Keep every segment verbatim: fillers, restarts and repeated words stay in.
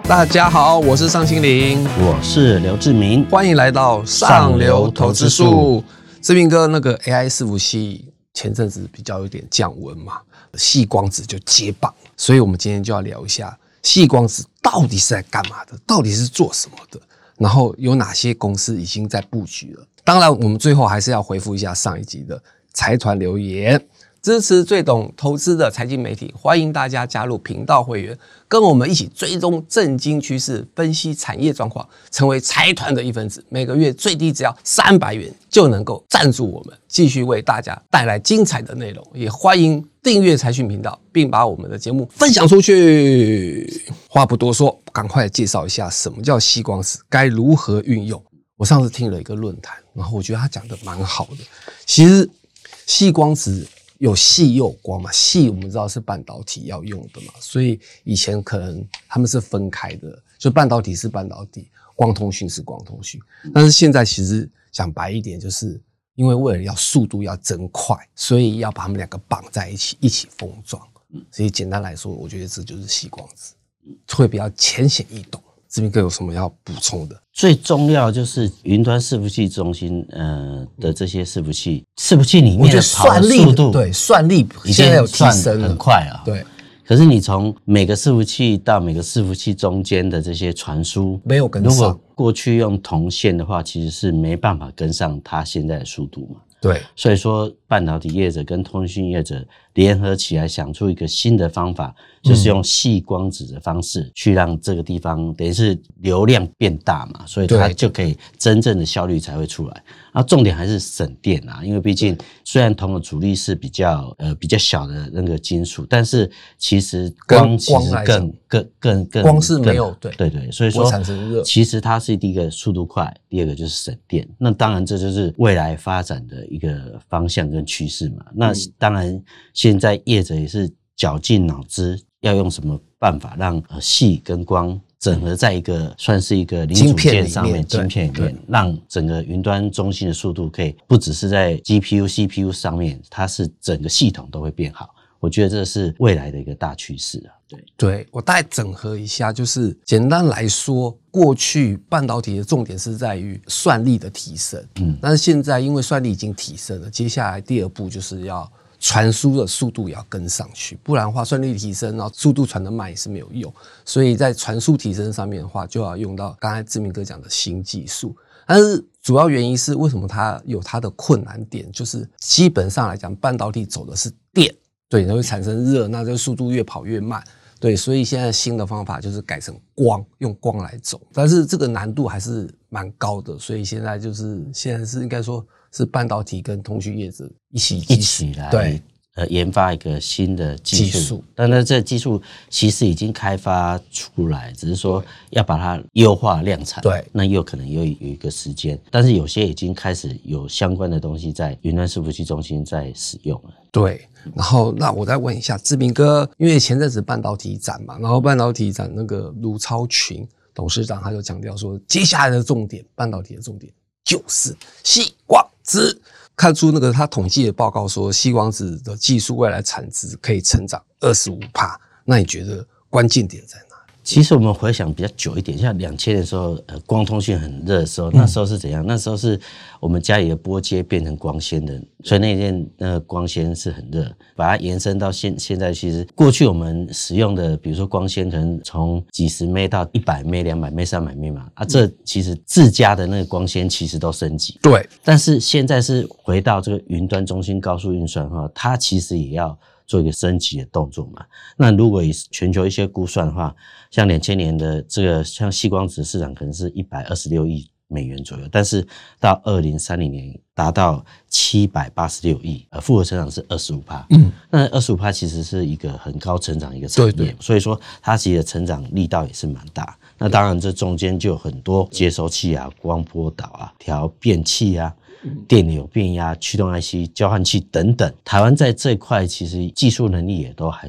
大家好，我是尚心凌， 我是刘志明， 欢迎来到上流投资术。志明哥，那个 A I 伺服器前阵子比较有点降温嘛，矽光子就接棒，所以我们今天就要聊一下矽光子到底是在干嘛的，到底是做什么的，然后有哪些公司已经在布局了。当然，我们最后还是要回复一下上一集的财团留言。支持最懂投资的财经媒体，欢迎大家加入频道会员，跟我们一起追踪政经趋势，分析产业状况，成为财团的一份子。每个月最低只要三百元就能够赞助我们，继续为大家带来精彩的内容。也欢迎订阅财讯频道，并把我们的节目分享出去。话不多说，赶快介绍一下什么叫矽光子，该如何运用。我上次听了一个论坛，然后我觉得他讲的蛮好的。其实矽光子有矽又有光嘛，矽我们知道是半导体要用的嘛，所以以前可能他们是分开的，就半导体是半导体，光通讯是光通讯。但是现在其实讲白一点，就是因为为了要速度要增快，所以要把他们两个绑在一起，一起封装。所以简单来说，我觉得这就是矽光子，会比较浅显易懂。志明哥有什么要补充的？ 最重要就是云端伺服器中心呃的这些伺服器，伺服器里面的跑的速度， 对算力现在有提升了， 很快啊。 对， 可是你从每个伺服器到每个伺服器中间的这些传输没有跟上， 如果过去用铜线的话，其实是没办法跟上它现在的速度嘛。 对， 所以说半导体业者跟通讯业者联合起来想出一个新的方法，就是用矽光子的方式去让这个地方等于是流量变大嘛，所以它就可以真正的效率才会出来。啊，重点还是省电啊，因为毕竟虽然铜的阻力是比较呃比较小的那个金属，但是其实光其实更更更更光是没有对对对，所以说产生热， 其实它是第一个速度快，第二个就是省电。那当然这就是未来发展的一个方向跟趋势嘛。那当然现在业者也是绞尽脑汁要用什么办法让呃矽跟光整合在一个算是一个零组件上面，晶片里面，让整个云端中心的速度可以不只是在 G P U、C P U 上面，它是整个系统都会变好。我觉得这是未来的一个大趋势啊。对， 对，我大概整合一下，就是简单来说，过去半导体的重点是在于算力的提升，嗯，但是现在因为算力已经提升了，接下来第二步就是要传输的速度也要跟上去，不然的话算力提升，然后速度传得慢也是没有用。所以在传输提升上面的话，就要用到刚才志明哥讲的新技术。但是主要原因是为什么它有它的困难点，就是基本上来讲，半导体走的是电，对，然后会产生热，那这个速度越跑越慢。对，所以现在新的方法就是改成光，用光来走，但是这个难度还是蛮高的，所以现在就是现在是应该说是半导体跟通讯业者一起一起来对呃研发一个新的技术，技术但是这技术其实已经开发出来，只是说要把它优化量产， 对， 那又可能有有一个时间，但是有些已经开始有相关的东西在云端伺服器中心在使用了。 对，然后那我再问一下志明哥，因为前阵子半导体展嘛，然后半导体展那个卢超群董事长他就强调说，接下来的重点，半导体的重点就是矽光子。看出那个他统计的报告说，矽光子的技术未来产值可以成长 百分之二十五， 那你觉得关键点在哪？ 其实我们回想比较久一点，像两千年的时候，呃，光通讯很热的时候，那时候是怎样？嗯、那时候是我们家里的波接变成光纤的，所以那件那个光纤是很热，把它延伸到现现在，其实过去我们使用的，比如说光纤，可能从几十 M 到一百 M、两百 M、三百 M 嘛，啊，这其实自家的那个光纤其实都升级， 对， 但是现在是回到这个云端中心高速运算哈，它其实也要做一个升级的动作嘛。那如果以全球一些估算的话，像两千年的这个像矽光子市场可能是一百二十六亿美元左右，但是到二零三零年达到七百八十六亿，呃，复合成长是 百分之二十五， 嗯，那 百分之二十五 其实是一个很高成长的一个产业，对对，所以说它其实的成长力道也是蛮大。那当然这中间就有很多接收器啊、光波导啊、调变器啊、电流变压、驱动 I C、交换器等等，台湾在这一块其实技术能力也都还算不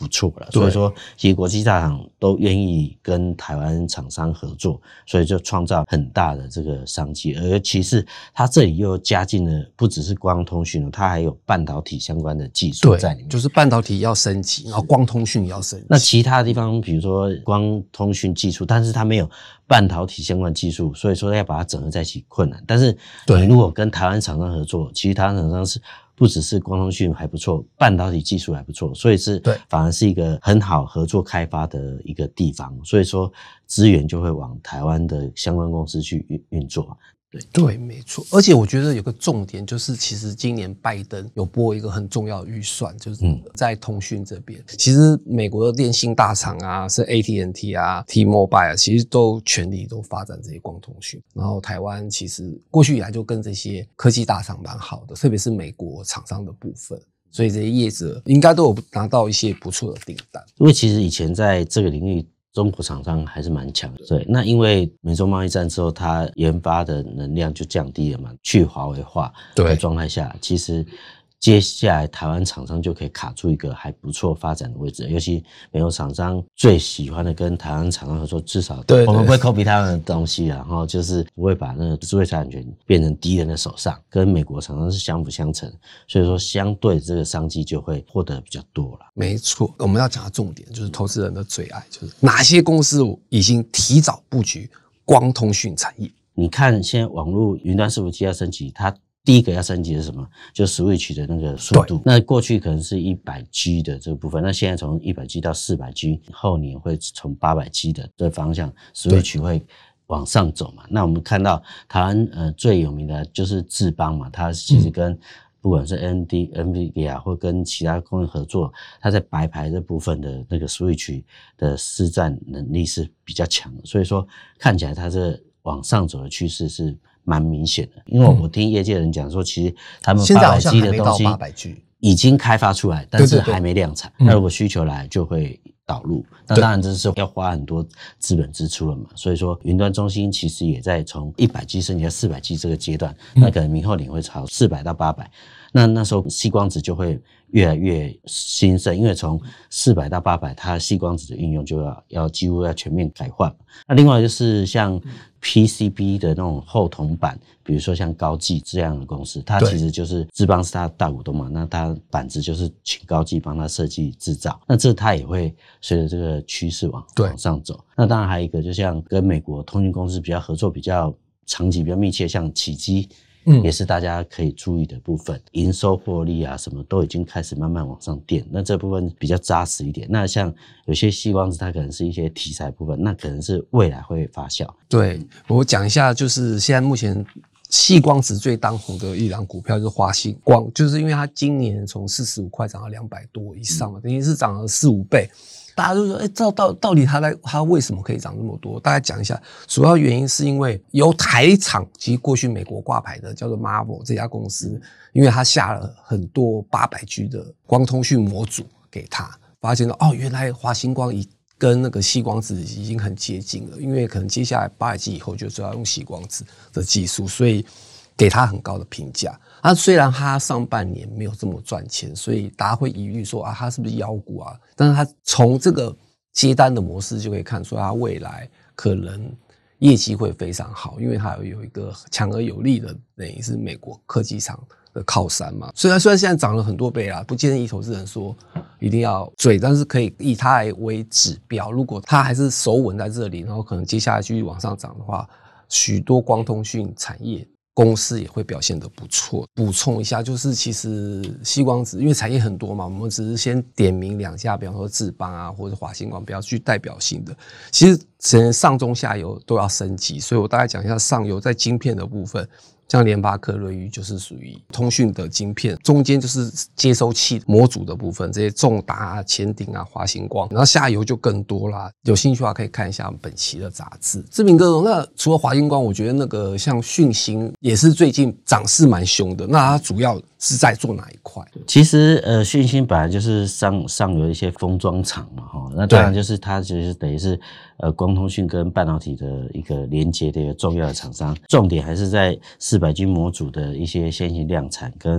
不错了，所以说其实国际大厂都愿意跟台湾厂商合作，所以就创造很大的这个商机。而其实它这里又加进了不只是光通讯，它还有半导体相关的技术在里面， 就是半导体要升级，然后光通讯也要升级。 那其他的地方，比如说光通讯技术，但是它没有半导体相关技术，所以说要把它整合在一起困难。但是你如果跟台湾厂商合作，其实台湾厂商是不只是光通讯还不错，半导体技术还不错，所以是反而是一个很好合作开发的一个地方。所以说资源就会往台湾的相关公司去运运作。对对，没错。而且我觉得有个重点就是，其实今年拜登有拨一个很重要的预算，就是在通讯这边。嗯、其实美国的电信大厂啊，是 A T and T 啊、T-Mobile 啊，其实都全力都发展这些光通讯。然后台湾其实过去以来就跟这些科技大厂蛮好的，特别是美国厂商的部分。所以这些业者应该都有拿到一些不错的订单。 因为其实以前在这个领域，中国厂商还是蛮强的，对。那因为美中贸易战之后，它研发的能量就降低了嘛，去华为化的状态下，其实接下来台湾厂商就可以卡住一个还不错发展的位置。尤其美国厂商最喜欢的跟台湾厂商合作，至少我们不会 copy 他们的东西，然后就是不会把那个智慧财产权变成敌人的手上，跟美国厂商是相辅相成，所以说相对这个商机就会获得比较多了。 没错，我们要讲的重点就是投资人的最爱，就是哪些公司已经提早布局光通讯产业。 你看现在网络云端伺服器要升级，它第一个要升级的是什么？就 Switch 的那个速度。那过去可能是 一百 G 的这个部分，那现在从 一百 G 到 四百 G， 后年会从 八百 G 的这个方向 Switch 会往上走嘛。那我们看到台湾呃最有名的就是智邦嘛，它其实跟不管是 A M D、NVIDIA 或跟其他公司合作，它在白牌这部分的那个 Switch 的市占能力是比较强的，所以说看起来它这往上走的趋势是蛮明显的。因为我听业界人讲说，其实他们八百 G 的东西已经开发出来，但是还没量产。那如果需求来，就会导入。那当然这是要花很多资本支出了嘛。所以说，云端中心其实也在从 一百 G 升级到 四百 G 这个阶段，那可能明后年会朝四百到八百。那那时候矽光子就会越来越兴盛，因为从四百到八百，它矽光子的运用就要要几乎要全面改换。那另外就是像 P C B 的那种后铜板，比如说像高技这样的公司，它其实就是智邦是它大股东嘛，那它板子就是请高技帮它设计制造，那这它也会随着这个趋势往往上走。那当然还有一个，就像跟美国通讯公司比较合作比较长期比较密切，像启基。嗯，也是大家可以注意的部分，营收获利啊什么都已经开始慢慢往上垫，那这部分比较扎实一点。那像有些矽光子它可能是一些题材部分，那可能是未来会发酵。 对，我讲一下，就是现在目前矽光子最当红的一档股票就是华星光，就是因为它今年从四十五块涨到两百多以上嘛，等于是涨了四五倍。大家都说，哎、欸，到到到底它在它为什么可以涨这么多？大概讲一下，主要原因是因为由台厂，其实过去美国挂牌的叫做 Marvell 这家公司，因为它下了很多 八百 G 的光通讯模组给它，发现到哦，原来华星光已跟那个矽光子已经很接近了，因为可能接下来八百 G 以后就是要用矽光子的技术，所以给它很高的评价。啊，虽然它上半年没有这么赚钱，所以大家会疑虑说啊，它是不是妖股啊？但是它从这个接单的模式就可以看出，它未来可能业绩会非常好，因为它有一个强而有力的，等于是美国科技厂的靠山嘛。虽然虽然现在涨了很多倍啦，不建议投资人说一定要追，但是可以以它来为指标。如果它还是守稳在这里，然后可能接下来继续往上涨的话，许多光通讯产业公司也会表现得不错。补充一下，就是其实矽光子因为产业很多嘛，我们只是先点名两家，比方说智邦啊或者华星光比较具代表性的，其实上中下游都要升级，所以我大概讲一下上游在晶片的部分，像联发科、瑞昱就是属于通讯的晶片，中间就是接收器模组的部分，这些重达啊、前鼎啊、华星光，然后下游就更多啦。有兴趣的话可以看一下本期的杂志。志明哥，那除了华星光，我觉得那个像讯星也是最近涨势蛮凶的，那它主要是在做哪一块？ 其实呃，讯星本来就是上上游一些封装厂嘛，哈，那当然就是它其实等于是呃光通讯跟半导体的一个连接的一个重要的厂商，重点还是在四百 G 模组的一些先行量产跟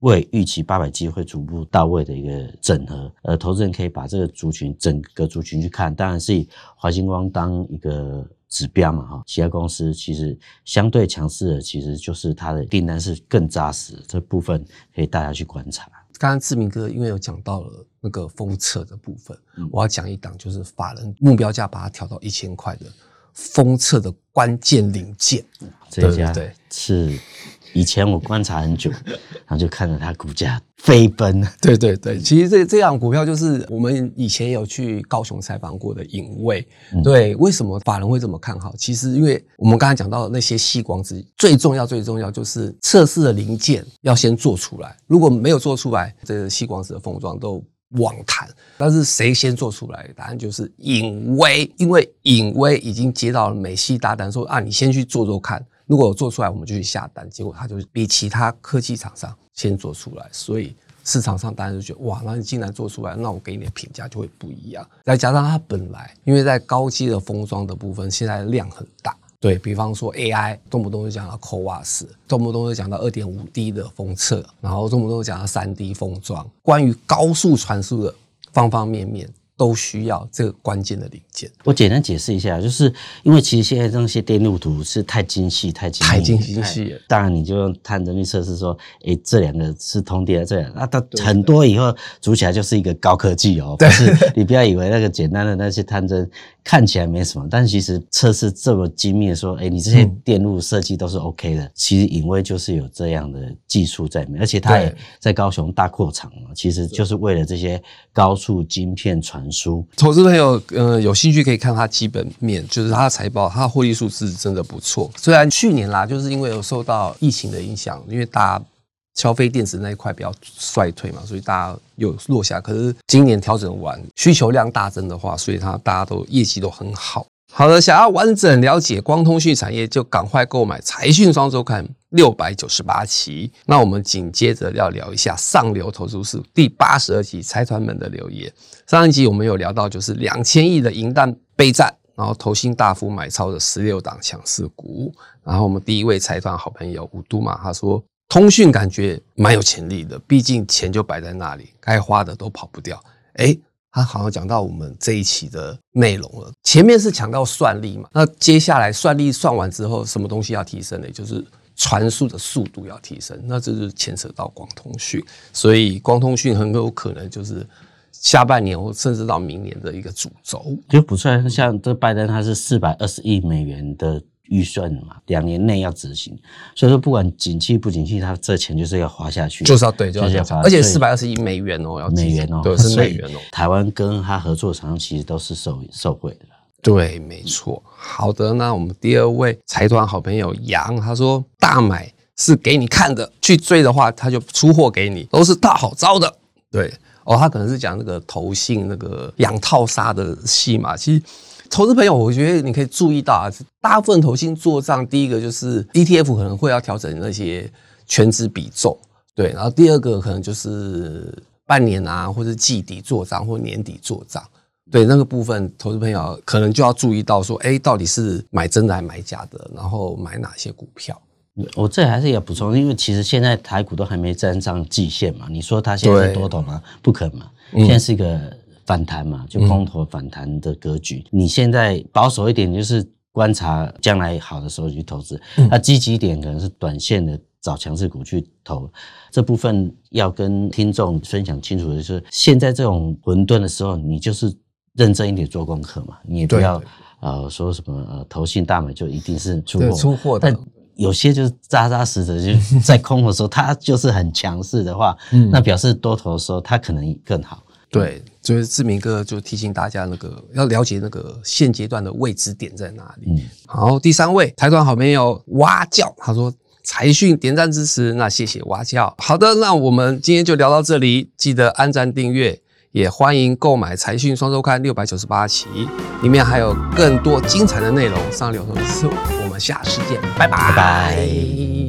为预期八百 G 会逐步到位的一个整合，呃，投资人可以把这个族群整个族群去看，当然是以华星光当一个指标嘛，哈，其他公司其实相对强势的，其实就是它的订单是更扎实，这部分可以大家去观察。 刚刚志明哥因为有讲到了那个封测的部分，嗯、我要讲一档就是法人目标价把它调到一千块的封测的关键零件， 这一家对是。以前我观察很久，然后就看着它股价飞奔。 对对对，其实这这样股票就是我们以前有去高雄采访过的颖卫。嗯、对，为什么法人会这么看好？其实因为我们刚才讲到的那些矽光子，最重要最重要就是测试的零件要先做出来，如果没有做出来，这个矽光子的封装都妄谈。但是谁先做出来？答案就是颖威，因为颖威已经接到了美系大单，说啊，你先去做做看。如果我做出来，我们就去下单。结果他就比其他科技厂商先做出来，所以市场上当然就觉得哇，那你竟然做出来，那我给你的评价就会不一样。再加上它本来因为在高阶的封装的部分，现在量很大，对比方说 A I， 动不动就讲到 C O W A S， 动不动就讲到 二点五 D 的封测，然后动不动就讲到 三 D 封装，关于高速传输的方方面面。都需要这个关键的零件。 我简单解释一下，就是因为其实现在那些电路图是太精细、太精密、 太精细了。 当然，你就用探针去测试说，诶，这两个是通电的，这两个，那它很多以后组起来就是一个高科技哦。但是你不要以为那个简单的那些探针看起来没什么，但其实测试这么精密的说，诶，你这些电路设计都是 OK 的。嗯、其实颖威就是有这样的技术在里面，而且它也在高雄大扩厂嘛，其实就是为了这些高速晶片传。 投资朋友，呃，有兴趣可以看它基本面，就是它的财报，它的获利数是真的不错。虽然去年啦，就是因为有受到疫情的影响，因为大家消费电子那一块比较衰退嘛，所以大家有落下。可是今年调整完，需求量大增的话，所以它大家都业绩都很好。好的，想要完整了解光通讯产业，就赶快购买财讯双周刊六百九十八期。那我们紧接着要聊一下上流投资术第八十二期财团们的留言。上一集我们有聊到，就是两千亿的银弹备战，然后投信大幅买超的十六档强势股。然后我们第一位财团好朋友吴都嘛，他说通讯感觉蛮有潜力的，毕竟钱就摆在那里，该花的都跑不掉。诶他好像讲到我们这一期的内容了，前面是讲到算力嘛，那接下来算力算完之后，什么东西要提升呢？就是传输的速度要提升，那这就是牵扯到光通讯，所以光通讯很有可能就是下半年或甚至到明年的一个主轴。 就补出来，像这拜登他是四百二十亿美元的预算嘛，两年内要执行，所以说不管景气不景气，他这钱就是要花下去， 就是要对，就是要花，而且四百二十亿美元哦，要美元哦， 对，是美元哦。 台湾跟他合作的厂商其实都是受受惠的。 对，没错。好的，那我们第二位财团好朋友杨，他说大买是给你看的，去追的话他就出货给你，都是大好招的。对，哦，他可能是讲那个投信那个养套杀的戏嘛，其实。投资朋友，我觉得你可以注意到啊，大部分投信做账，第一个就是 E T F 可能会要调整那些权值比重，对，然后第二个可能就是半年啊，或者季底做账或年底做账，对，那个部分投资朋友可能就要注意到说，哎，到底是买真的还买假的，然后买哪些股票。 我这还是要补充，因为其实现在台股都还没站上季线嘛，你说它现在是多头吗？不可能嘛，现在是一个反弹嘛，就空头反弹的格局。嗯、你现在保守一点，就是观察将来好的时候去投资；那、嗯、积极一点，可能是短线的找强势股去投。这部分要跟听众分享清楚的是，现在这种混沌的时候，你就是认真一点做功课嘛，你也不要呃说什么呃投信大买就一定是出货， 出货的。 但有些就是扎扎实实，就在空的时候，它就是很强势的话，嗯、那表示多头的时候，它可能更好。 对，就是志明哥就提醒大家，那个要了解那个现阶段的位置点在哪里。嗯，好，第三位财团好朋友蛙教，他说财讯点赞支持，那谢谢蛙教。好的，那我们今天就聊到这里，记得按赞订阅，也欢迎购买财讯双周刊六百九十八期，里面还有更多精彩的内容。上流投资，我们下次见，拜拜。 拜拜。